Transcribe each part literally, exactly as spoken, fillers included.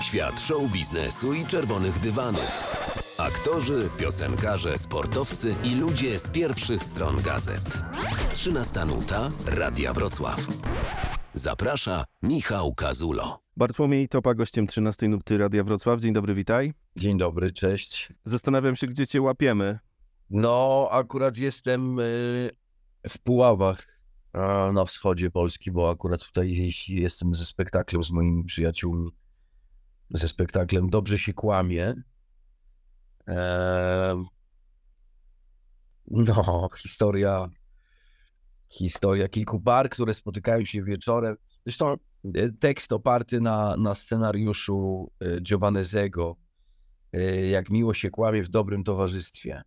Świat show biznesu i czerwonych dywanów. Aktorzy, piosenkarze, sportowcy i ludzie z pierwszych stron gazet. Trzynasta nuta Radia Wrocław. Zaprasza Michał Kazulo. Bartłomiej Topa, gościem trzynastej nuty Radia Wrocław. Dzień dobry, witaj. Dzień dobry, cześć. Zastanawiam się, gdzie cię łapiemy. No, akurat jestem w Puławach na wschodzie Polski, bo akurat tutaj jestem ze spektaklem z moimi przyjaciółmi. Ze spektaklem Dobrze się kłamie. Eee, no, historia, historia kilku par, które spotykają się wieczorem. Zresztą tekst oparty na, na scenariuszu Giovanezego, Jak miło się kłamie w dobrym towarzystwie.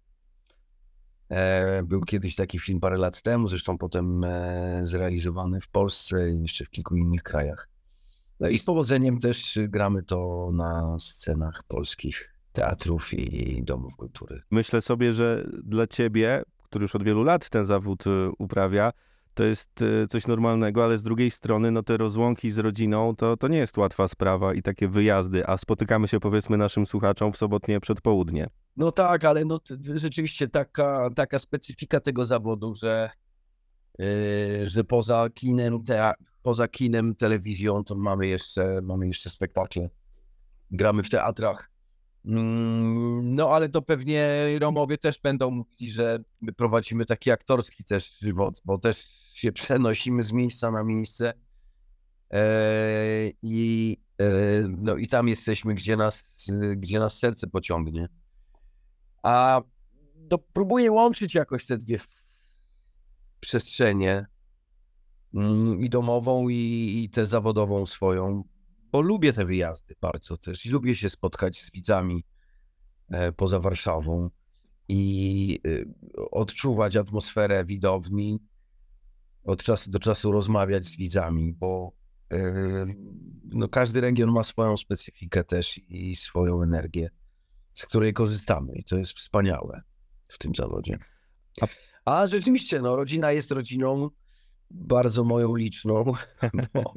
Eee, był kiedyś taki film parę lat temu, zresztą potem e, zrealizowany w Polsce i jeszcze w kilku innych krajach. No i z powodzeniem też gramy to na scenach polskich teatrów i domów kultury. Myślę sobie, że dla ciebie, który już od wielu lat ten zawód uprawia, to jest coś normalnego, ale z drugiej strony no te rozłąki z rodziną to, to nie jest łatwa sprawa i takie wyjazdy, a spotykamy się powiedzmy naszym słuchaczom w sobotnie przedpołudnie. No tak, ale no rzeczywiście taka, taka specyfika tego zawodu, że, yy, że poza kinem, te, poza kinem, telewizją to mamy jeszcze, mamy jeszcze spektakle. Gramy w teatrach. No ale to pewnie Romowie też będą mówili, że my prowadzimy taki aktorski też żywot, bo też się przenosimy z miejsca na miejsce eee, i, e, no, i tam jesteśmy, gdzie nas, gdzie nas serce pociągnie. A to próbuję łączyć jakoś te dwie przestrzenie, i domową, i, i tę zawodową swoją. Bo lubię te wyjazdy bardzo też i lubię się spotkać z widzami e, poza Warszawą i e, odczuwać atmosferę widowni, od czasu do czasu rozmawiać z widzami, bo e, no, każdy region ma swoją specyfikę też i swoją energię, z której korzystamy i to jest wspaniałe w tym zawodzie. A, A rzeczywiście, no, rodzina jest rodziną bardzo moją liczną, bo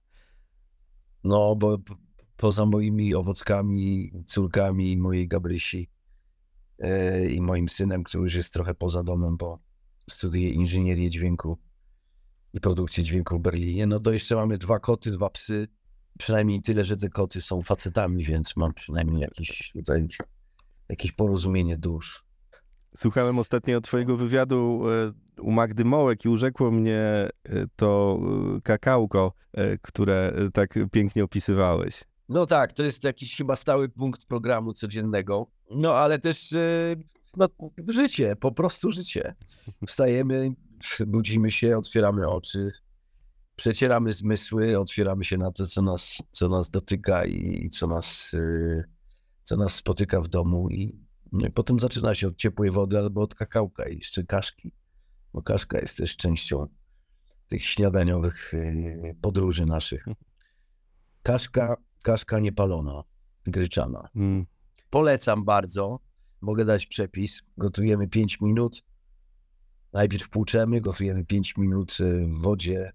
No, bo poza moimi owockami, córkami mojej Gabrysi yy, i moim synem, który już jest trochę poza domem, bo studiuje inżynierię dźwięku i produkcję dźwięku w Berlinie, no to jeszcze mamy dwa koty, dwa psy. Przynajmniej tyle, że te koty są facetami, więc mam przynajmniej jakieś tutaj jakieś porozumienie dusz. Słuchałem ostatnio twojego wywiadu u Magdy Mołek i urzekło mnie to kakałko, które tak pięknie opisywałeś. No tak, to jest jakiś chyba stały punkt programu codziennego, no ale też no, życie, po prostu życie. Wstajemy, budzimy się, otwieramy oczy, przecieramy zmysły, otwieramy się na to, co nas, co nas dotyka i co nas, co nas spotyka w domu i no i potem zaczyna się od ciepłej wody albo od kakałka i jeszcze kaszki, bo kaszka jest też częścią tych śniadaniowych podróży naszych. Kaszka, kaszka niepalona, gryczana. Mm. Polecam bardzo, mogę dać przepis. Gotujemy pięć minut, najpierw płuczemy, gotujemy pięć minut w wodzie,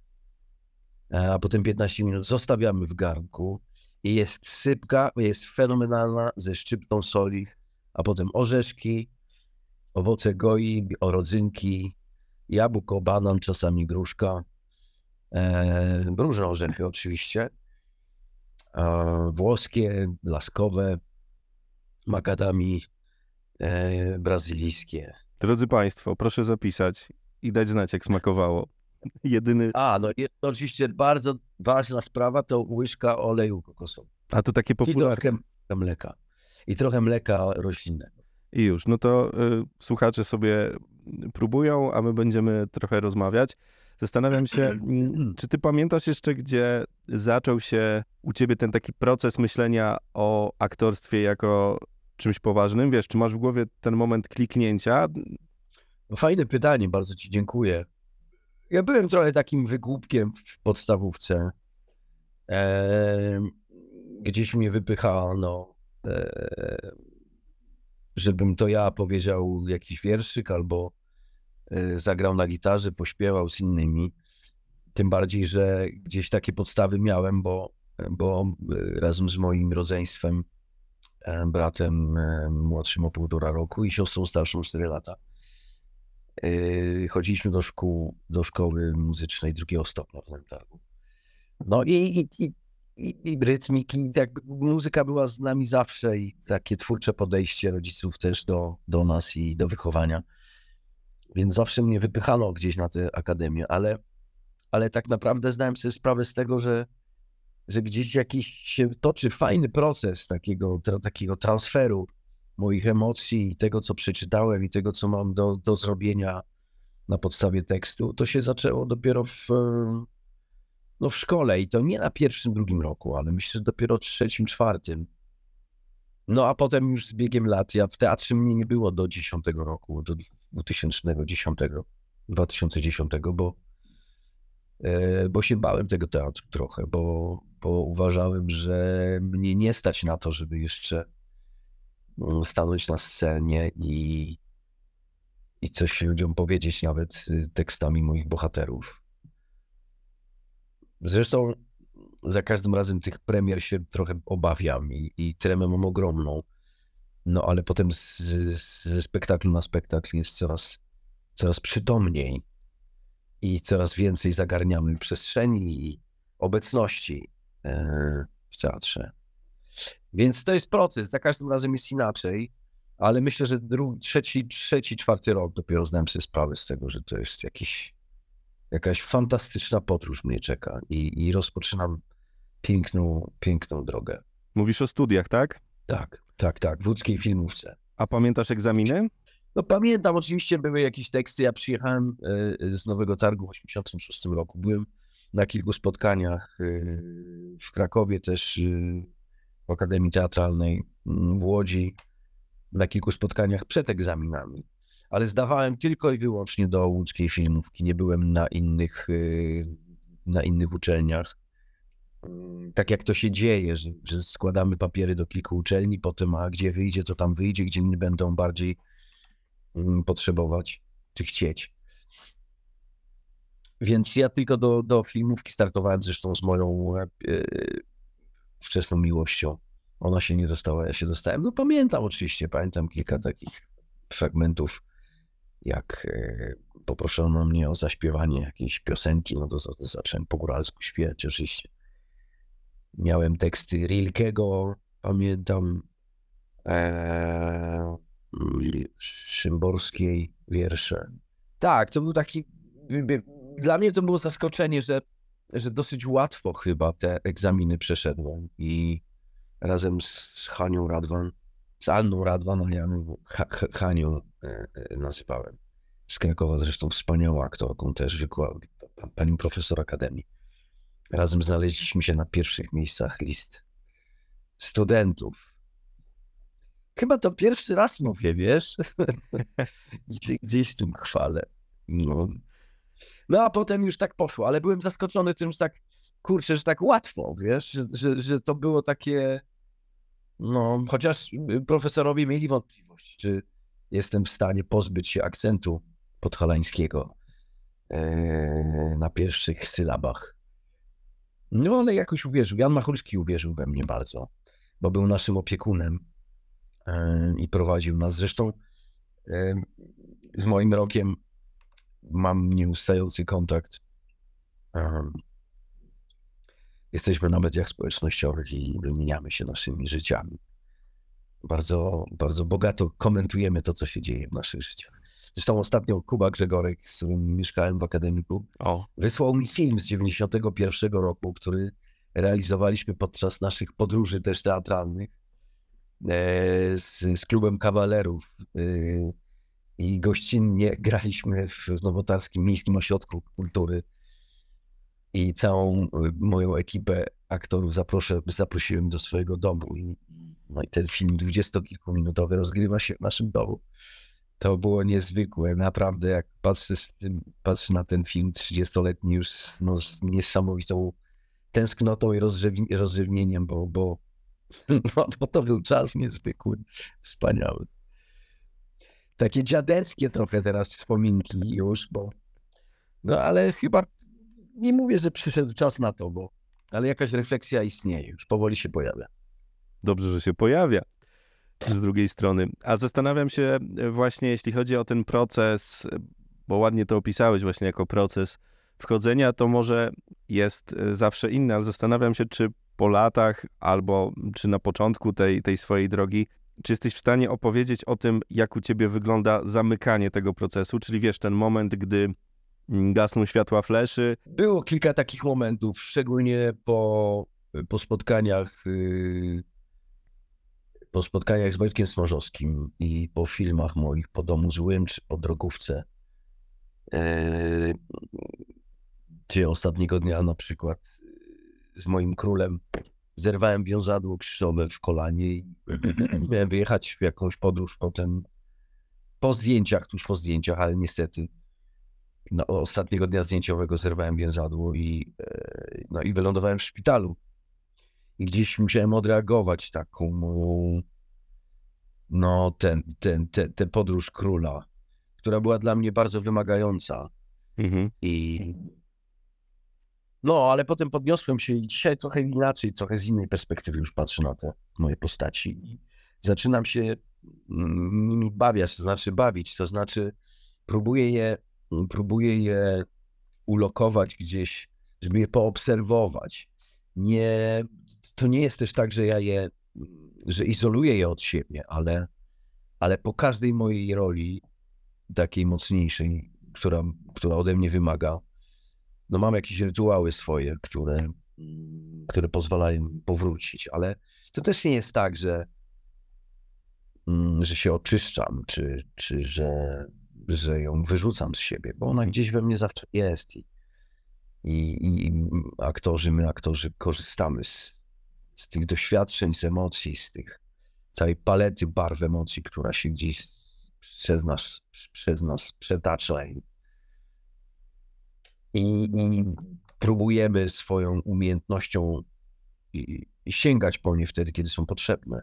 a potem piętnaście minut zostawiamy w garnku i jest sypka, jest fenomenalna ze szczyptą soli, a potem orzeszki, owoce goi, rodzynki, jabłko, banan, czasami gruszka, e, różne orzechy oczywiście, e, włoskie, laskowe, makadami e, brazylijskie. Drodzy Państwo, proszę zapisać i dać znać, jak smakowało. Jedyny... A, no i oczywiście bardzo ważna sprawa to łyżka oleju kokosowego. A to takie popularne. I trochę mleka. I trochę mleka roślinnego. I już, no to y, słuchacze sobie próbują, a my będziemy trochę rozmawiać. Zastanawiam się, czy ty pamiętasz jeszcze, gdzie zaczął się u ciebie ten taki proces myślenia o aktorstwie jako czymś poważnym? Wiesz, czy masz w głowie ten moment kliknięcia? No fajne pytanie, bardzo ci dziękuję. Ja byłem trochę takim wygłupkiem w podstawówce. E, gdzieś mnie wypychano, e, żebym to ja powiedział jakiś wierszyk albo e, zagrał na gitarze, pośpiewał z innymi. Tym bardziej, że gdzieś takie podstawy miałem, bo bo razem z moim rodzeństwem, bratem młodszym o półtora roku i siostrą starszą cztery lata, chodziliśmy do szkół, do szkoły muzycznej drugiego stopnia w Nowym Targu. No i, i, i, i, i rytmiki, tak, muzyka była z nami zawsze i takie twórcze podejście rodziców też do, do nas i do wychowania. Więc zawsze mnie wypychano gdzieś na tę akademię, ale, ale tak naprawdę zdałem sobie sprawę z tego, że, że gdzieś jakiś się toczy fajny proces takiego, to, takiego transferu moich emocji i tego, co przeczytałem i tego, co mam do, do zrobienia na podstawie tekstu. To się zaczęło dopiero w, no w szkole i to nie na pierwszym, drugim roku, ale myślę, że dopiero trzecim, czwartym. No a potem już z biegiem lat, ja w teatrze mnie nie było do dziesiątego roku, do dwa tysiące dziesiątego, dwa tysiące dziesiątego, bo, e, bo się bałem tego teatru trochę, bo, bo uważałem, że mnie nie stać na to, żeby jeszcze stanąć na scenie i, i coś ludziom powiedzieć, nawet tekstami moich bohaterów. Zresztą za każdym razem tych premier się trochę obawiam i, i tremę mam ogromną. No ale potem z, z, ze spektaklu na spektakl jest coraz, coraz przytomniej i coraz więcej zagarniamy przestrzeni i obecności e, w teatrze. Więc to jest proces, za każdym razem jest inaczej, ale myślę, że drugi, trzeci, trzeci, czwarty rok dopiero zdałem sobie sprawę z tego, że to jest jakiś, jakaś fantastyczna podróż mnie czeka i, i rozpoczynam piękną, piękną drogę. Mówisz o studiach, tak? Tak, tak, tak, w łódzkiej filmówce. A pamiętasz egzaminy? No pamiętam, oczywiście były jakieś teksty, ja przyjechałem z Nowego Targu w osiemdziesiątym szóstym roku, byłem na kilku spotkaniach w Krakowie też, w Akademii Teatralnej, w Łodzi, na kilku spotkaniach przed egzaminami, ale zdawałem tylko i wyłącznie do łódzkiej filmówki, nie byłem na innych, na innych uczelniach. Tak jak to się dzieje, że, że składamy papiery do kilku uczelni, potem a gdzie wyjdzie, to tam wyjdzie, gdzie mnie będą bardziej potrzebować czy chcieć. Więc ja tylko do, do filmówki startowałem, zresztą z moją e, wczesną miłością. Ona się nie dostała, ja się dostałem. No pamiętam oczywiście, pamiętam kilka takich fragmentów, jak e, poproszono mnie o zaśpiewanie jakiejś piosenki, no to, to zacząłem po góralsku śpiewać oczywiście. Miałem teksty Rilkego, pamiętam, e, Szymborskiej wiersze. Tak, to był taki, dla mnie to było zaskoczenie, że, że dosyć łatwo chyba te egzaminy przeszedłem i razem z Hanią Radwan, z Anną Radwan, a ja ha, ha, Hanią e, e, nazywałem. Z Krakowa zresztą wspaniałą aktorką też, wykład, panią profesor akademii. Razem znaleźliśmy się na pierwszych miejscach list studentów. Chyba to pierwszy raz mówię, wiesz? Gdzieś w tym chwalę. No. no a potem już tak poszło, ale byłem zaskoczony tym, że tak, kurczę, że tak łatwo, wiesz? Że, że, że to było takie, no, chociaż profesorowie mieli wątpliwość, czy jestem w stanie pozbyć się akcentu podhalańskiego e, na pierwszych sylabach. No ale jakoś uwierzył. Jan Machulski uwierzył we mnie bardzo, bo był naszym opiekunem e, i prowadził nas. Zresztą e, z moim rokiem mam nieustający kontakt. E, jesteśmy na mediach społecznościowych i wymieniamy się naszymi życiami. Bardzo, bardzo bogato komentujemy to, co się dzieje w naszych życiach. Zresztą ostatnio Kuba Grzegorek, z którym mieszkałem w Akademiku, o. wysłał mi film z dziewięćdziesiątego pierwszego roku, który realizowaliśmy podczas naszych podróży też teatralnych e, z, z klubem kawalerów e, i gościnnie graliśmy w Nowotarskim Miejskim Ośrodku Kultury i całą moją ekipę aktorów zaproszę, zaprosiłem do swojego domu i, no i ten film dwudziestokilkuminutowy rozgrywa się w naszym domu. To było niezwykłe, naprawdę, jak patrzę, z tym, patrzę na ten film trzydziestoletni już no, z niesamowitą tęsknotą i rozrzewni, rozrzewnieniem, bo, bo, no, bo to był czas niezwykły, wspaniały. Takie dziadeckie trochę teraz wspominki już, bo no ale chyba nie mówię, że przyszedł czas na to, bo ale jakaś refleksja istnieje, już powoli się pojawia. Dobrze, że się pojawia z drugiej strony. A zastanawiam się właśnie, jeśli chodzi o ten proces, bo ładnie to opisałeś właśnie jako proces wchodzenia, to może jest zawsze inny, ale zastanawiam się, czy po latach albo czy na początku tej, tej swojej drogi, czy jesteś w stanie opowiedzieć o tym, jak u ciebie wygląda zamykanie tego procesu, czyli wiesz, ten moment, gdy gasną światła fleszy. Było kilka takich momentów, szczególnie po, po spotkaniach yy, po spotkaniach z Wojtkiem Smorzowskim i po filmach moich Po domu złym czy Po drogówce. Yy, gdzie ostatniego dnia na przykład z moim królem zerwałem wiązadło krzyżowe w kolanie i miałem wyjechać w jakąś podróż potem po zdjęciach, tuż po zdjęciach, ale niestety no, ostatniego dnia zdjęciowego zerwałem więzadło i, no, i wylądowałem w szpitalu. I gdzieś musiałem odreagować taką moją, no, ten, ten, te, tę podróż króla, która była dla mnie bardzo wymagająca. Mhm. I no, ale potem podniosłem się i dzisiaj trochę inaczej, trochę z innej perspektywy już patrzę na te moje postaci. I zaczynam się nimi bawiać, to znaczy bawić, to znaczy próbuję je, próbuję je ulokować gdzieś, żeby je poobserwować. Nie, to nie jest też tak, że ja je, że izoluję je od siebie, ale, ale po każdej mojej roli, takiej mocniejszej, która, która ode mnie wymaga, no mam jakieś rytuały swoje, które, które pozwalają powrócić, ale to też nie jest tak, że, że się oczyszczam, czy, czy że, że ją wyrzucam z siebie, bo ona gdzieś we mnie zawsze jest i, i, i aktorzy, my aktorzy korzystamy z, z tych doświadczeń, z emocji, z tych całej palety barw emocji, która się gdzieś przez nas, przez nas przetacza i, i, i próbujemy swoją umiejętnością i, i sięgać po nie wtedy, kiedy są potrzebne.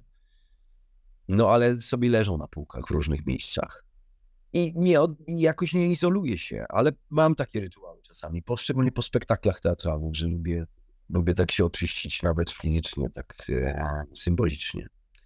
No ale sobie leżą na półkach w różnych miejscach. I nie, od, jakoś nie izoluję się, ale mam takie rytuały czasami, szczególnie po spektaklach teatralnych, że lubię, lubię tak się oczyścić nawet fizycznie, tak e, symbolicznie,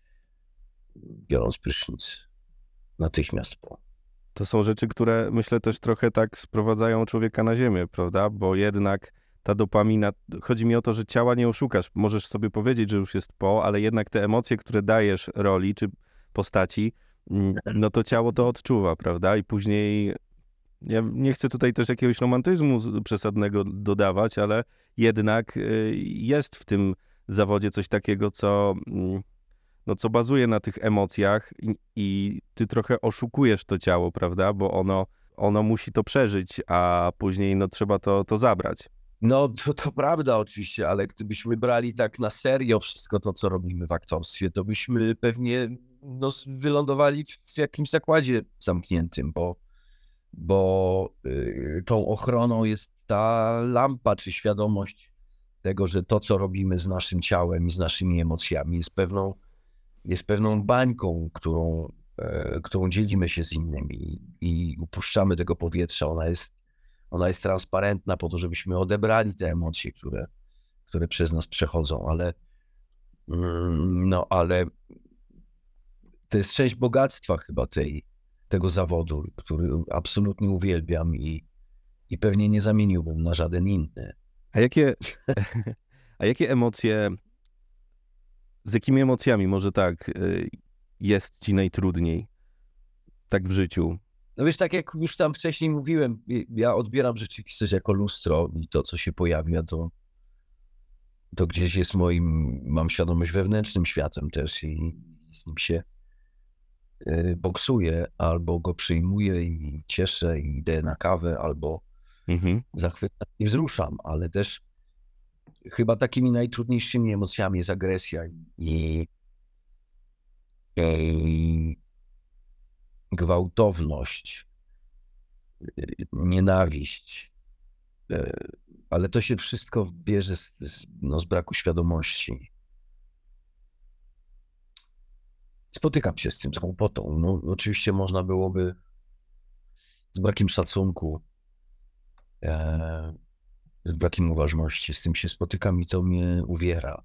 biorąc prysznic natychmiast po. To są rzeczy, które myślę też trochę tak sprowadzają człowieka na ziemię, prawda? Bo jednak ta dopamina, chodzi mi o to, że ciała nie oszukasz. Możesz sobie powiedzieć, że już jest po, ale jednak te emocje, które dajesz roli czy postaci, no to ciało to odczuwa, prawda? I później, ja nie chcę tutaj też jakiegoś romantyzmu przesadnego dodawać, ale jednak jest w tym zawodzie coś takiego, co, no, co bazuje na tych emocjach i, i ty trochę oszukujesz to ciało, prawda? Bo ono, ono musi to przeżyć, a później no, trzeba to, to zabrać. No to, to prawda oczywiście, ale gdybyśmy brali tak na serio wszystko to, co robimy w aktorstwie, to byśmy pewnie no, wylądowali w jakimś zakładzie zamkniętym, bo, bo yy, tą ochroną jest ta lampa, czy świadomość tego, że to, co robimy z naszym ciałem i z naszymi emocjami jest pewną, jest pewną bańką, którą, yy, którą dzielimy się z innymi i upuszczamy tego powietrza. Ona jest Ona jest transparentna po to, żebyśmy odebrali te emocje, które, które przez nas przechodzą, ale, no, ale to jest część bogactwa chyba tej, tego zawodu, który absolutnie uwielbiam i, i pewnie nie zamieniłbym na żaden inny. A jakie, a jakie emocje, z jakimi emocjami może tak jest ci najtrudniej tak w życiu? No wiesz, tak jak już tam wcześniej mówiłem, ja odbieram rzeczywistość jako lustro i to, co się pojawia, to, to gdzieś jest moim, mam świadomość wewnętrznym światem też i z nim się boksuję, albo go przyjmuję i cieszę i idę na kawę, albo mhm. zachwycam i wzruszam, ale też chyba takimi najtrudniejszymi emocjami jest agresja i, i gwałtowność, nienawiść, ale to się wszystko bierze z, z, no, z braku świadomości. Spotykam się z tym, z głupotą. No, oczywiście można byłoby z brakiem szacunku, e, z brakiem uważności. Z tym się spotykam i to mnie uwiera.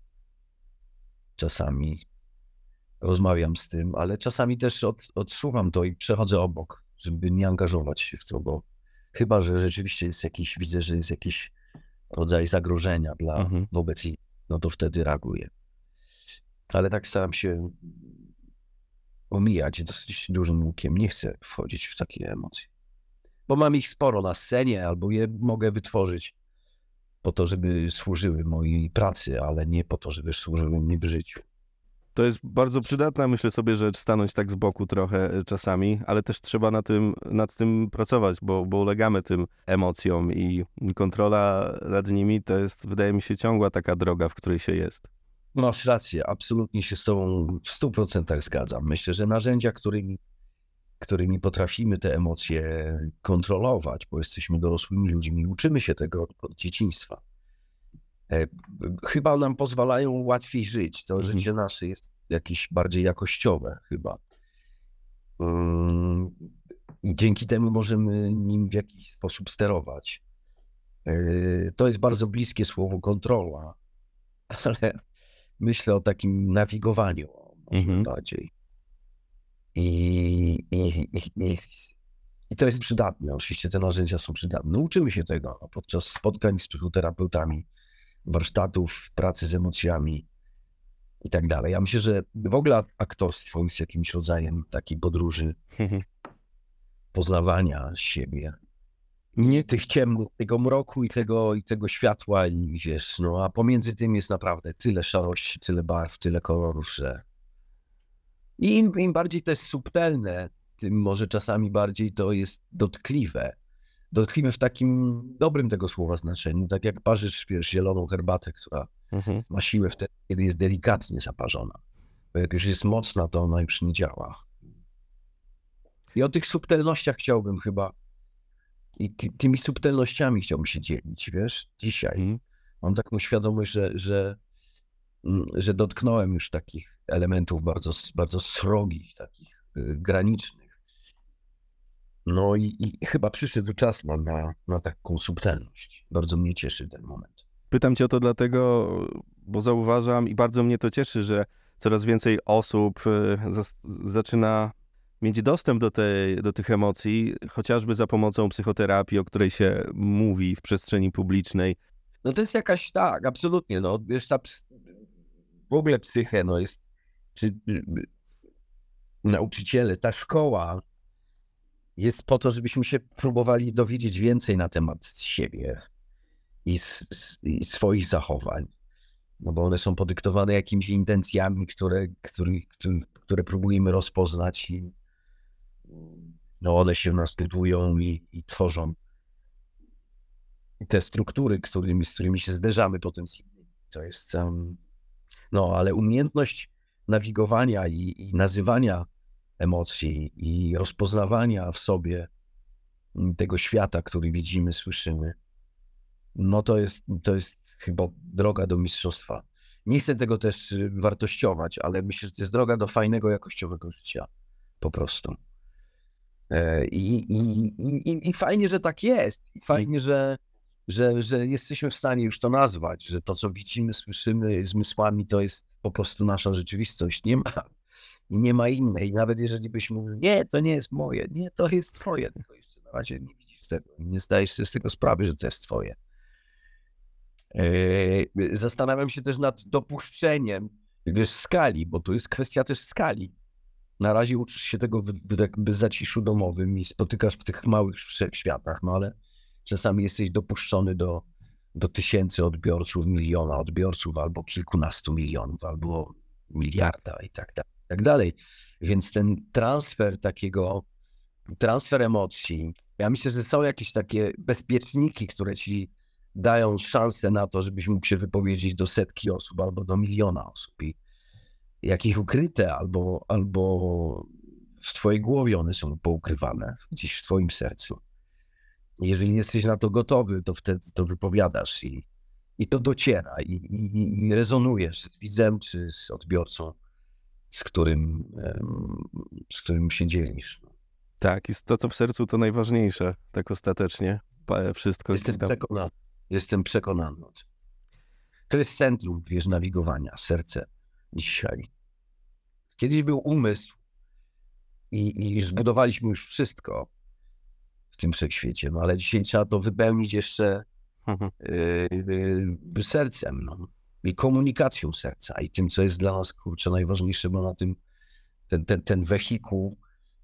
Czasami rozmawiam z tym, ale czasami też od, odsłucham to i przechodzę obok, żeby nie angażować się w to, bo chyba, że rzeczywiście jest jakiś, widzę, że jest jakiś rodzaj zagrożenia dla Mhm. wobec ich, no to wtedy reaguję. Ale tak staram się omijać dosyć dużym łukiem. Nie chcę wchodzić w takie emocje. Bo mam ich sporo na scenie, albo je mogę wytworzyć po to, żeby służyły mojej pracy, ale nie po to, żeby służyły mi w życiu. To jest bardzo przydatna, myślę sobie, rzecz stanąć tak z boku trochę czasami, ale też trzeba na tym, nad tym pracować, bo, bo ulegamy tym emocjom i kontrola nad nimi to jest, wydaje mi się, ciągła taka droga, w której się jest. Masz rację, absolutnie się z tobą w stu procentach zgadzam. Myślę, że narzędzia, którymi, którymi potrafimy te emocje kontrolować, bo jesteśmy dorosłymi ludźmi, uczymy się tego od, od dzieciństwa. E, chyba nam pozwalają łatwiej żyć. To Mhm. życie nasze jest jakieś bardziej jakościowe chyba. Ym, I dzięki temu możemy nim w jakiś sposób sterować. E, to jest bardzo bliskie słowo kontrola, ale myślę o takim nawigowaniu może Mhm. bardziej. I, i, i, i, I to jest przydatne. Oczywiście te narzędzia są przydatne. Uczymy się tego podczas spotkań z psychoterapeutami, warsztatów, pracy z emocjami i tak dalej. Ja myślę, że w ogóle aktorstwo jest jakimś rodzajem takiej podróży, poznawania siebie. Nie tych ciemnych, tego mroku i tego, i tego światła i wiesz, no a pomiędzy tym jest naprawdę tyle szarości, tyle barw, tyle kolorów, że i im, im bardziej to jest subtelne, tym może czasami bardziej to jest dotkliwe. Dotkliwe w takim dobrym tego słowa znaczeniu, tak jak parzysz, wiesz, zieloną herbatę, która Mhm. ma siłę wtedy, kiedy jest delikatnie zaparzona. Bo jak już jest mocna, to ona już nie działa. I o tych subtelnościach chciałbym chyba i ty, tymi subtelnościami chciałbym się dzielić, wiesz, dzisiaj. Mhm. Mam taką świadomość, że, że, że dotknąłem już takich elementów bardzo, bardzo srogich, takich y, granicznych. No i, i chyba przyszedł czas na, na, na taką subtelność. Bardzo mnie cieszy ten moment. Pytam cię o to dlatego, bo zauważam i bardzo mnie to cieszy, że coraz więcej osób y, zas- zaczyna mieć dostęp do, tej, do tych emocji, chociażby za pomocą psychoterapii, o której się mówi w przestrzeni publicznej. No to jest jakaś, tak, absolutnie, no wiesz, ta ps- w ogóle psyche, no jest, czy y, y, nauczyciele, ta szkoła jest po to, żebyśmy się próbowali dowiedzieć więcej na temat siebie i, s, s, i swoich zachowań, no bo one są podyktowane jakimiś intencjami, które, które, które, które próbujemy rozpoznać i no one się w nas budują i, i tworzą te struktury, którymi, z którymi się zderzamy potem. To jest, um, no ale umiejętność nawigowania i, i nazywania emocji i rozpoznawania w sobie tego świata, który widzimy, słyszymy, no to jest, to jest chyba droga do mistrzostwa. Nie chcę tego też wartościować, ale myślę, że to jest droga do fajnego, jakościowego życia. Po prostu. I, i, i, i fajnie, że tak jest. I fajnie, że, że, że jesteśmy w stanie już to nazwać, że to, co widzimy, słyszymy zmysłami, to jest po prostu nasza rzeczywistość. Nie ma, nie ma innej. Nawet jeżeli byś mówił, nie, to nie jest moje, nie, to jest twoje, tylko jeszcze na razie nie widzisz tego. Nie zdajesz sobie z tego sprawy, że to jest twoje. Zastanawiam się też nad dopuszczeniem wiesz, skali, bo tu jest kwestia też skali. Na razie uczysz się tego w, w jakby zaciszu domowym i spotykasz w tych małych wszechświatach, no ale czasami jesteś dopuszczony do, do tysięcy odbiorców, miliona odbiorców, albo kilkunastu milionów, albo miliarda i tak dalej, i tak dalej. Więc ten transfer takiego, transfer emocji, ja myślę, że są jakieś takie bezpieczniki, które ci dają szansę na to, żebyś mógł się wypowiedzieć do setki osób albo do miliona osób i jakieś ukryte albo, albo w twojej głowie one są poukrywane, gdzieś w twoim sercu. Jeżeli jesteś na to gotowy, to wtedy to wypowiadasz i, i to dociera i, i, i rezonujesz z widzem czy z odbiorcą, z którym, z którym się dzielisz. Tak, i to, co w sercu, to najważniejsze, tak ostatecznie. Wszystko Jestem gdzieś tam. przekonany. Jestem przekonany o tym. To jest centrum, wiesz, nawigowania, serce dzisiaj. Kiedyś był umysł i, i zbudowaliśmy już wszystko w tym wszechświecie, no ale dzisiaj trzeba to wypełnić jeszcze Mhm. y, y, sercem, no. I komunikacją serca i tym, co jest dla nas, kurczę, najważniejsze, bo na tym ten, ten, ten wehikuł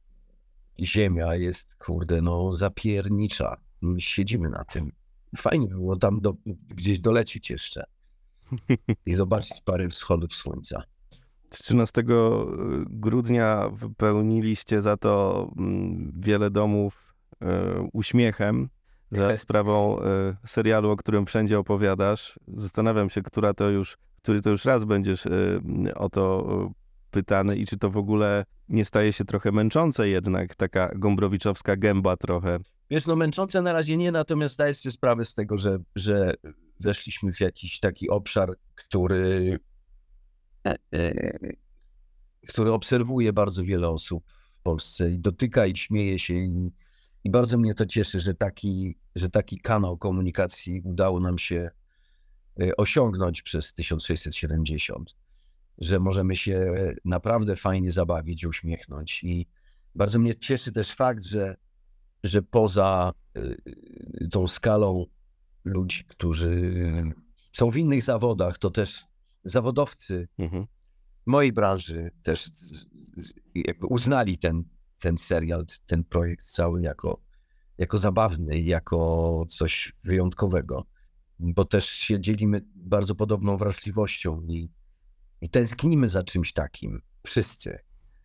Ziemia jest, kurde, no zapiernicza. Siedzimy na tym. Fajnie by było tam do, gdzieś dolecieć jeszcze i zobaczyć parę wschodów słońca. trzynastego grudnia wypełniliście za to mm, wiele domów e, uśmiechem za sprawą e, serialu, o którym wszędzie opowiadasz. Zastanawiam się, która to już, który to już raz będziesz e, o to e, pytany i czy to w ogóle nie staje się trochę męczące jednak, taka gombrowiczowska gęba trochę. Wiesz, no męczące na razie nie, natomiast zdajesz sobie sprawę z tego, że, że weszliśmy w jakiś taki obszar, który, e, e, który obserwuje bardzo wiele osób w Polsce i dotyka i śmieje się i, i bardzo mnie to cieszy, że taki, że taki kanał komunikacji udało nam się e, osiągnąć przez tysiąc sześćset siedemdziesiąt, że możemy się naprawdę fajnie zabawić, uśmiechnąć i bardzo mnie cieszy też fakt, że że poza y, tą skalą ludzi, którzy są w innych zawodach, to też zawodowcy Mhm. w mojej branży też jakby uznali ten, ten serial, ten projekt cały jako, jako zabawny, jako coś wyjątkowego, bo też się dzielimy bardzo podobną wrażliwością i, i tęsknimy za czymś takim, wszyscy.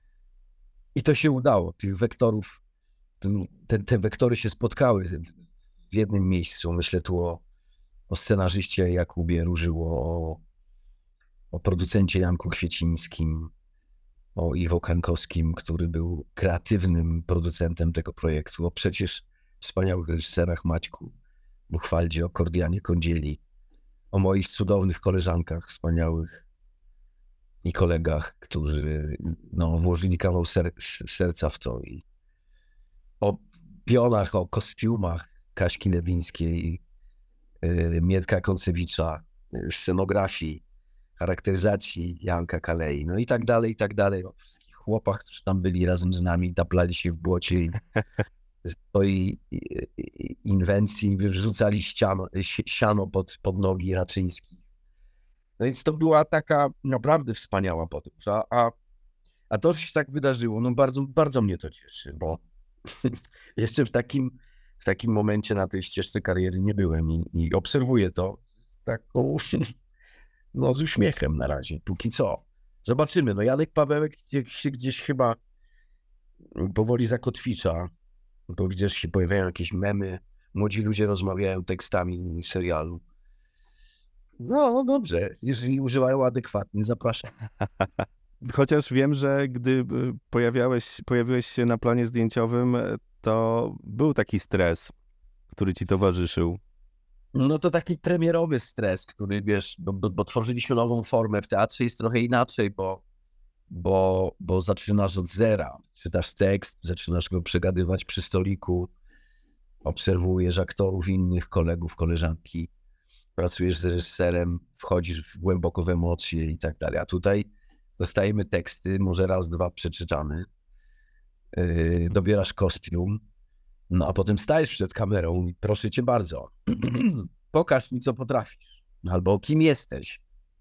I to się udało, tych wektorów. Te, te wektory się spotkały w jednym miejscu. Myślę tu o, o scenarzyście Jakubie Różyło, o, o producencie Janku Kwiecińskim, o Iwo Kankowskim, który był kreatywnym producentem tego projektu, o przecież wspaniałych reżyserach Maćku Buchwaldzie, o Kordianie Kądzieli, o moich cudownych koleżankach wspaniałych i kolegach, którzy no, włożyli kawał ser, serca w to i o pionach, o kostiumach Kaśki Lewińskiej, yy, Mietka Koncewicza, yy, scenografii, charakteryzacji Janka Kalei, no i tak dalej, i tak dalej. O wszystkich chłopach, którzy tam byli razem z nami, taplali się w błocie i swojej inwencji wrzucali ściano, siano pod, pod nogi Raczyńskich. No więc to była taka naprawdę wspaniała podróż. A, a, a to, że się tak wydarzyło, no bardzo, bardzo mnie to cieszy, bo jeszcze w takim, w takim momencie na tej ścieżce kariery nie byłem i, i obserwuję to z taką, no z uśmiechem na razie, póki co. Zobaczymy. No Janek Pawełek się gdzieś chyba powoli zakotwicza, bo widzę, że się pojawiają jakieś memy, młodzi ludzie rozmawiają tekstami serialu. No dobrze, jeżeli używają adekwatnie, zapraszam. Chociaż wiem, że gdy pojawiałeś, pojawiłeś się na planie zdjęciowym, to był taki stres, który ci towarzyszył. No to taki premierowy stres, który wiesz, bo, bo, bo tworzyliśmy nową formę w teatrze, jest trochę inaczej, bo, bo, bo zaczynasz od zera, czytasz tekst, zaczynasz go przegadywać przy stoliku, obserwujesz aktorów, innych kolegów, koleżanki, pracujesz z reżyserem, wchodzisz w głęboko w emocje i tak dalej, a tutaj dostajemy teksty, może raz, dwa przeczytamy, yy, dobierasz kostium, no a potem stajesz przed kamerą i proszę cię bardzo, pokaż mi, co potrafisz, albo kim jesteś.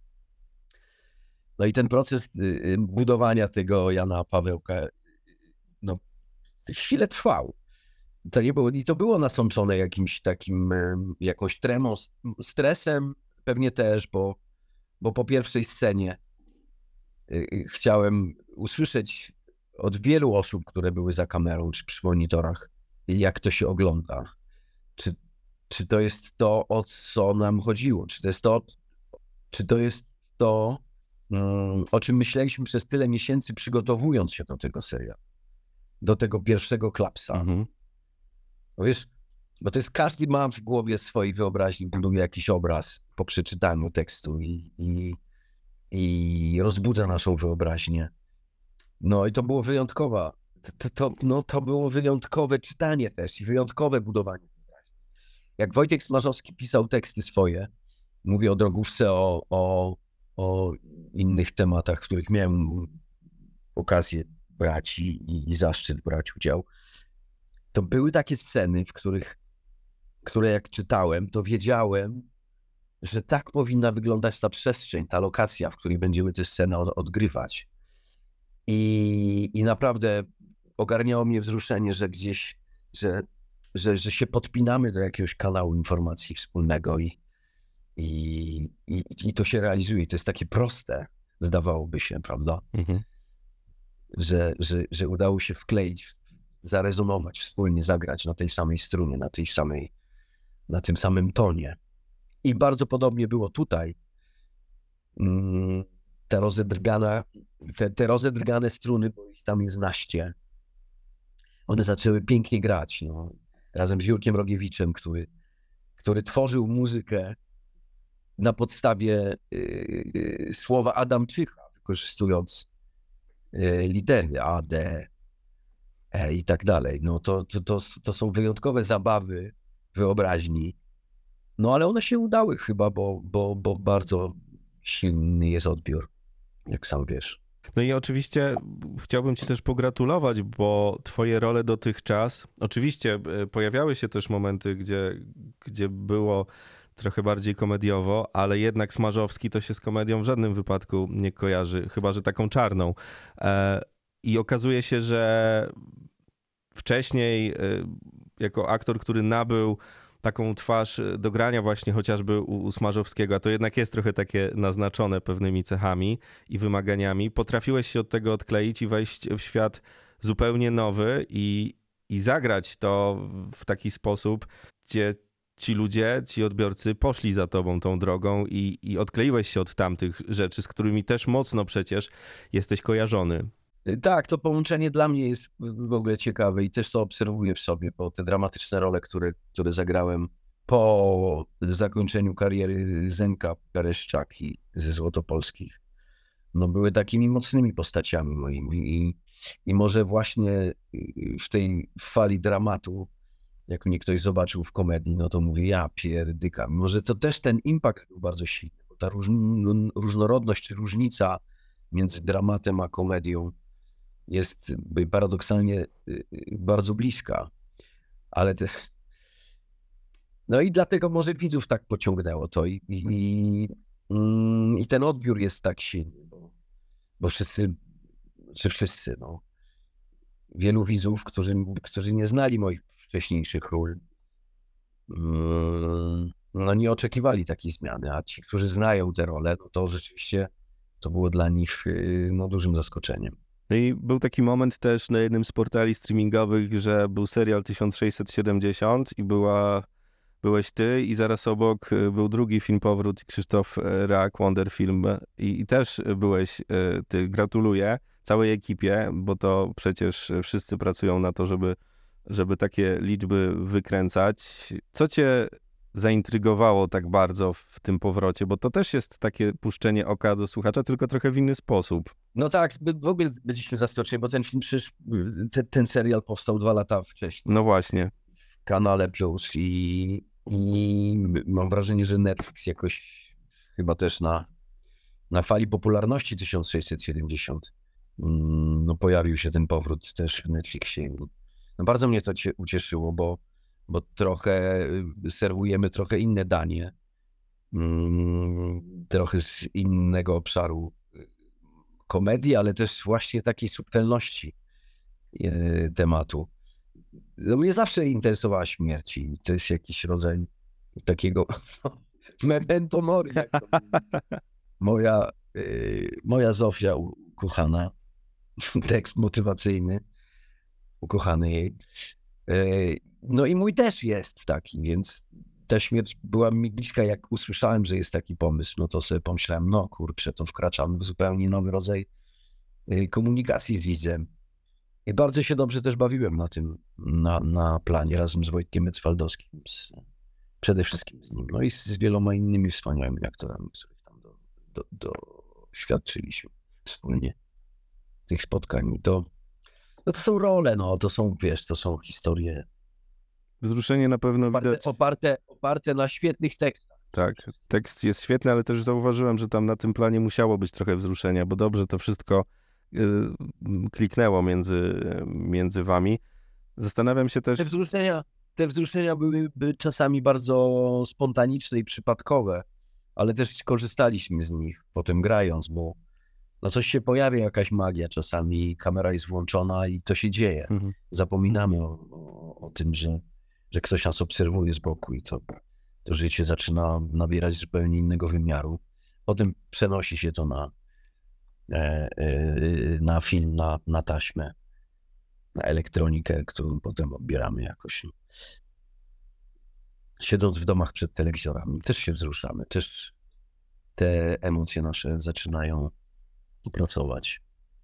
No i ten proces yy, budowania tego Jana Pawełka, no chwilę trwał. To nie było, i to było nasączone jakimś takim, yy, jakąś tremą, stresem, pewnie też, bo, bo po pierwszej scenie chciałem usłyszeć od wielu osób, które były za kamerą czy przy monitorach, jak to się ogląda. Czy, czy to jest to, o co nam chodziło? Czy to jest to, czy to, jest to um, o czym myśleliśmy przez tyle miesięcy, przygotowując się do tego serialu, do tego pierwszego klapsa. Mhm. Bo wiesz, bo to jest, każdy ma w głowie swojej wyobraźni, buduje jakiś obraz po przeczytaniu tekstu i, i i rozbudza naszą wyobraźnię. No i to było wyjątkowe. To, to, no, to było wyjątkowe czytanie też i wyjątkowe budowanie wyobraźni. jak Wojciech Smarzowski pisał teksty swoje, mówię o drogówce, o, o, o innych tematach, w których miałem okazję brać i, i, i zaszczyt brać udział, to były takie sceny, w których, które jak czytałem, to wiedziałem, że tak powinna wyglądać ta przestrzeń, ta lokacja, w której będziemy tę scenę od, odgrywać. I, I naprawdę ogarniało mnie wzruszenie, że gdzieś, że, że, że się podpinamy do jakiegoś kanału informacji wspólnego i, i, i, i to się realizuje. To jest takie proste, zdawałoby się, prawda? Mhm. Że, że, że udało się wkleić, zarezonować, wspólnie zagrać na tej samej strunie, na tej samej, na tym samym tonie. I bardzo podobnie było tutaj. Te rozedrgane, te, te rozedrgane struny, bo ich tam jest naście, one zaczęły pięknie grać. No. Razem z Jurkiem Rogiewiczem, który, który tworzył muzykę na podstawie y, y, słowa Adamczyka, wykorzystując y, litery A, D, E i tak dalej. No to, to, to, to są wyjątkowe zabawy wyobraźni. No ale one się udały chyba, bo, bo, bo bardzo silny jest odbiór, jak sam wiesz. No i oczywiście chciałbym ci też pogratulować, bo twoje role dotychczas, oczywiście pojawiały się też momenty, gdzie, gdzie było trochę bardziej komediowo, ale jednak Smarzowski to się z komedią w żadnym wypadku nie kojarzy, chyba że taką czarną. I okazuje się, że wcześniej jako aktor, który nabył taką twarz do grania właśnie chociażby u, u Smarzowskiego, a to jednak jest trochę takie naznaczone pewnymi cechami i wymaganiami, potrafiłeś się od tego odkleić i wejść w świat zupełnie nowy i, i zagrać to w taki sposób, gdzie ci ludzie, ci odbiorcy poszli za tobą tą drogą i, i odkleiłeś się od tamtych rzeczy, z którymi też mocno przecież jesteś kojarzony. Tak, to połączenie dla mnie jest w ogóle ciekawe i też to obserwuję w sobie, bo te dramatyczne role, które, które zagrałem po zakończeniu kariery Zenka Pereszczaki ze Złotopolskich, no były takimi mocnymi postaciami moimi i, i może właśnie w tej fali dramatu, jak mnie ktoś zobaczył w komedii, no to mówię, ja pierdykam. Może to też ten impact był bardzo silny, bo ta róż, różnorodność czy różnica między dramatem a komedią jest paradoksalnie bardzo bliska, ale te... no i dlatego może widzów tak pociągnęło to i, i, i ten odbiór jest tak silny, bo, bo wszyscy, czy wszyscy, no, wielu widzów, którzy, którzy nie znali moich wcześniejszych ról, no nie oczekiwali takiej zmiany, a ci, którzy znają te role, no to rzeczywiście to było dla nich no, dużym zaskoczeniem. No i był taki moment też na jednym z portali streamingowych, że był serial tysiąc sześćset siedemdziesiąt i była, byłeś ty i zaraz obok był drugi film Powrót, Krzysztof Rak, Wonder Film i, i też byłeś ty. Gratuluję całej ekipie, bo to przecież wszyscy pracują na to, żeby, żeby takie liczby wykręcać. Co cię zaintrygowało tak bardzo w tym powrocie, bo to też jest takie puszczenie oka do słuchacza, tylko trochę w inny sposób. No tak, w ogóle byliśmy zaskoczeni, bo ten film przecież, ten, ten serial powstał dwa lata wcześniej. No właśnie. W Kanale Plus i, i mam wrażenie, że Netflix jakoś chyba też na, na fali popularności tysiąc sześćset siedemdziesiąt no pojawił się ten powrót też w Netflixie. No bardzo mnie to ucieszyło, bo bo trochę serwujemy trochę inne danie, trochę z innego obszaru komedii, ale też właśnie takiej subtelności tematu. No mnie zawsze interesowała śmierć i to jest jakiś rodzaj takiego memento mori. Moja, moja Zofia ukochana, tekst motywacyjny, ukochany jej. No i mój też jest taki, więc ta śmierć była mi bliska, jak usłyszałem, że jest taki pomysł, no to sobie pomyślałem, no kurczę, to wkraczamy w zupełnie nowy rodzaj komunikacji z widzem. I bardzo się dobrze też bawiłem na tym, na, na planie razem z Wojtkiem Mecwaldowskim, z, przede wszystkim z nim, no i z wieloma innymi wspaniałymi aktorami, których tam do, do, doświadczyliśmy wspólnie tych spotkań. I to, no to są role, no to są, wiesz, to są historie wzruszenie na pewno oparte, widać. oparte, oparte na świetnych tekstach. Tak, tekst jest świetny, ale też zauważyłem, że tam na tym planie musiało być trochę wzruszenia, bo dobrze to wszystko y, kliknęło między, między wami. Zastanawiam się też... Te wzruszenia, te wzruszenia były, były czasami bardzo spontaniczne i przypadkowe, ale też korzystaliśmy z nich potem grając, bo no coś się pojawia, jakaś magia czasami, kamera jest włączona i to się dzieje. Mhm. Zapominamy o, o, o tym, że, że ktoś nas obserwuje z boku i to, to życie zaczyna nabierać zupełnie innego wymiaru. Potem przenosi się to na, e, e, na film, na, na taśmę, na elektronikę, którą potem odbieramy jakoś. Siedząc w domach przed telewizorami, też się wzruszamy, też te emocje nasze zaczynają pracować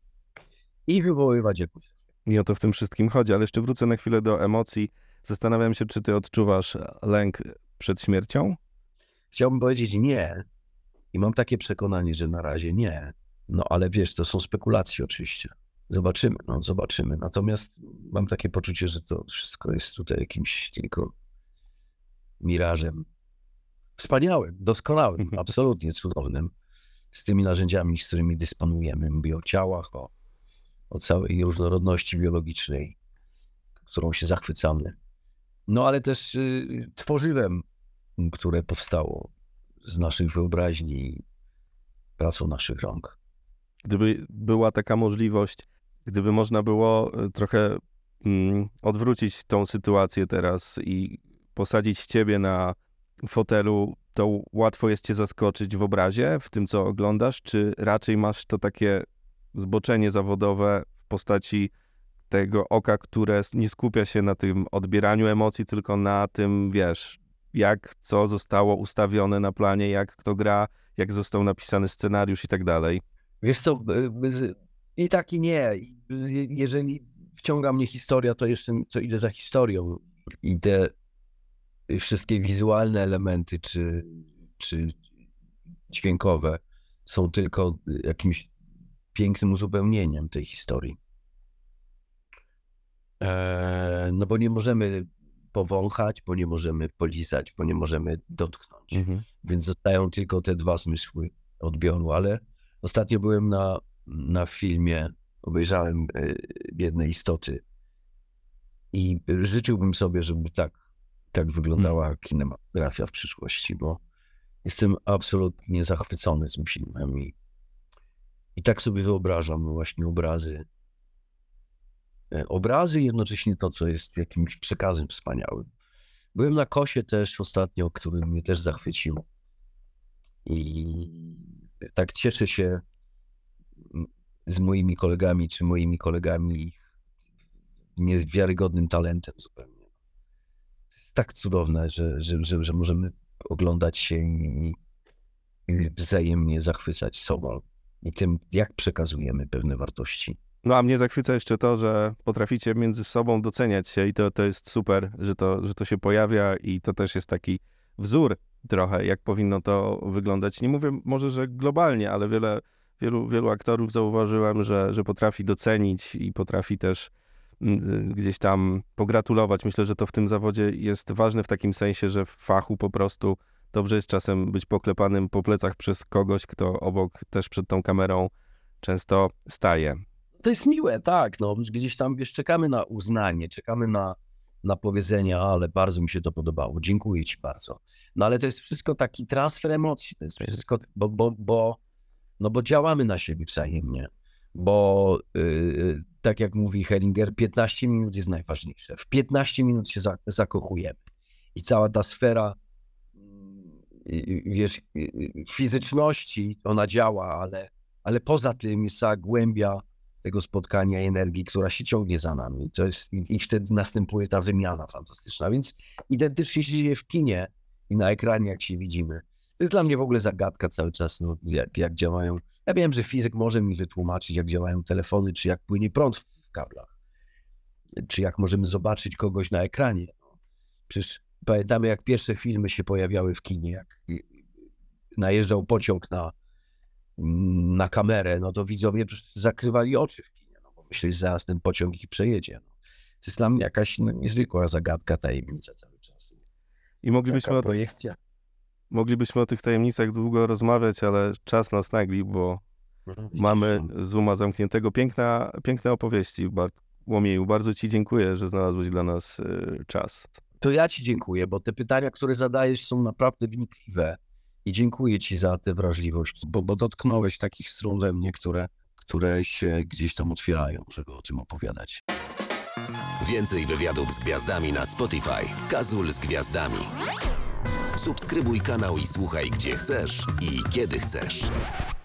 i wywoływać jakąś. I o to w tym wszystkim chodzi, ale jeszcze wrócę na chwilę do emocji. Zastanawiam się, czy ty odczuwasz lęk przed śmiercią? Chciałbym powiedzieć nie i mam takie przekonanie, że na razie nie. No ale wiesz, to są spekulacje oczywiście. Zobaczymy, no zobaczymy. Natomiast mam takie poczucie, że to wszystko jest tutaj jakimś tylko mirażem. Wspaniałym, doskonałym, absolutnie cudownym. Z tymi narzędziami, z którymi dysponujemy. Mówię o ciałach, o, o całej różnorodności biologicznej, którą się zachwycamy. No ale też y, tworzywem, które powstało z naszych wyobraźni, pracą naszych rąk. Gdyby była taka możliwość, gdyby można było trochę mm, odwrócić tą sytuację teraz i posadzić ciebie na fotelu, to łatwo jest cię zaskoczyć w obrazie, w tym, co oglądasz, czy raczej masz to takie zboczenie zawodowe w postaci tego oka, które nie skupia się na tym odbieraniu emocji, tylko na tym, wiesz, jak co zostało ustawione na planie, jak kto gra, jak został napisany scenariusz i tak dalej. Wiesz co, i tak i nie. Jeżeli wciąga mnie historia, to jeszcze to idę za historią i te wszystkie wizualne elementy czy, czy dźwiękowe są tylko jakimś pięknym uzupełnieniem tej historii. Eee, no bo nie możemy powąchać, bo nie możemy polizać, bo nie możemy dotknąć. Mhm. Więc zostają tylko te dwa zmysły odbioru, ale ostatnio byłem na, na filmie, obejrzałem e, Biedne istoty i życzyłbym sobie, żeby tak tak wyglądała kinematografia w przyszłości, bo jestem absolutnie zachwycony tym filmem i, i tak sobie wyobrażam właśnie obrazy. Obrazy i jednocześnie to, co jest jakimś przekazem wspaniałym. Byłem na Kosie też ostatnio, który mnie też zachwycił i tak cieszę się z moimi kolegami, czy moimi kolegami ich niewiarygodnym talentem zupełnie. Tak cudowne, że, że, że, że możemy oglądać się i, i wzajemnie zachwycać sobą i tym, jak przekazujemy pewne wartości. No a mnie zachwyca jeszcze to, że potraficie między sobą doceniać się i to, to jest super, że to, że to się pojawia i to też jest taki wzór trochę, jak powinno to wyglądać. Nie mówię może, że globalnie, ale wiele, wielu, wielu aktorów zauważyłem, że, że potrafi docenić i potrafi też gdzieś tam pogratulować. Myślę, że to w tym zawodzie jest ważne w takim sensie, że w fachu po prostu dobrze jest czasem być poklepanym po plecach przez kogoś, kto obok też przed tą kamerą często staje. To jest miłe, tak. No, gdzieś tam wiesz, czekamy na uznanie, czekamy na, na powiedzenia, ale bardzo mi się to podobało, dziękuję ci bardzo. No ale to jest wszystko taki transfer emocji, to jest wszystko, bo, bo, bo, no, bo działamy na siebie wzajemnie. Bo yy, tak jak mówi Hellinger, piętnaście minut jest najważniejsze. W piętnaście minut się za, zakochujemy. I cała ta sfera yy, wiesz, yy, fizyczności, ona działa, ale, ale poza tym jest cała głębia tego spotkania i energii, która się ciągnie za nami. To jest, i, i wtedy następuje ta wymiana fantastyczna. Więc identycznie się dzieje w kinie i na ekranie, jak się widzimy. To jest dla mnie w ogóle zagadka cały czas, no, jak, jak działają. Ja wiem, że fizyk może mi wytłumaczyć, jak działają telefony, czy jak płynie prąd w kablach, czy jak możemy zobaczyć kogoś na ekranie. Przecież pamiętamy, jak pierwsze filmy się pojawiały w kinie, jak najeżdżał pociąg na, na kamerę, no to widzowie zakrywali oczy w kinie, no bo myśleli, że zaraz ten pociąg ich przejedzie. No. To jest dla mnie jakaś no, niezwykła zagadka, tajemnica cały czas. I moglibyśmy Taka o, projekcja. moglibyśmy o tych tajemnicach długo rozmawiać, ale czas nas nagli, bo mamy Zooma zamkniętego. Piękna, piękne opowieści, Bartłomieju. Bardzo ci dziękuję, że znalazłeś dla nas y, czas. To ja ci dziękuję, bo te pytania, które zadajesz, są naprawdę wnikliwe i dziękuję ci za tę wrażliwość, bo, bo dotknąłeś takich strun we mnie, które, które się gdzieś tam otwierają, żeby o tym opowiadać. Więcej wywiadów z gwiazdami na Spotify. Kazul z gwiazdami. Subskrybuj kanał i słuchaj gdzie chcesz i kiedy chcesz.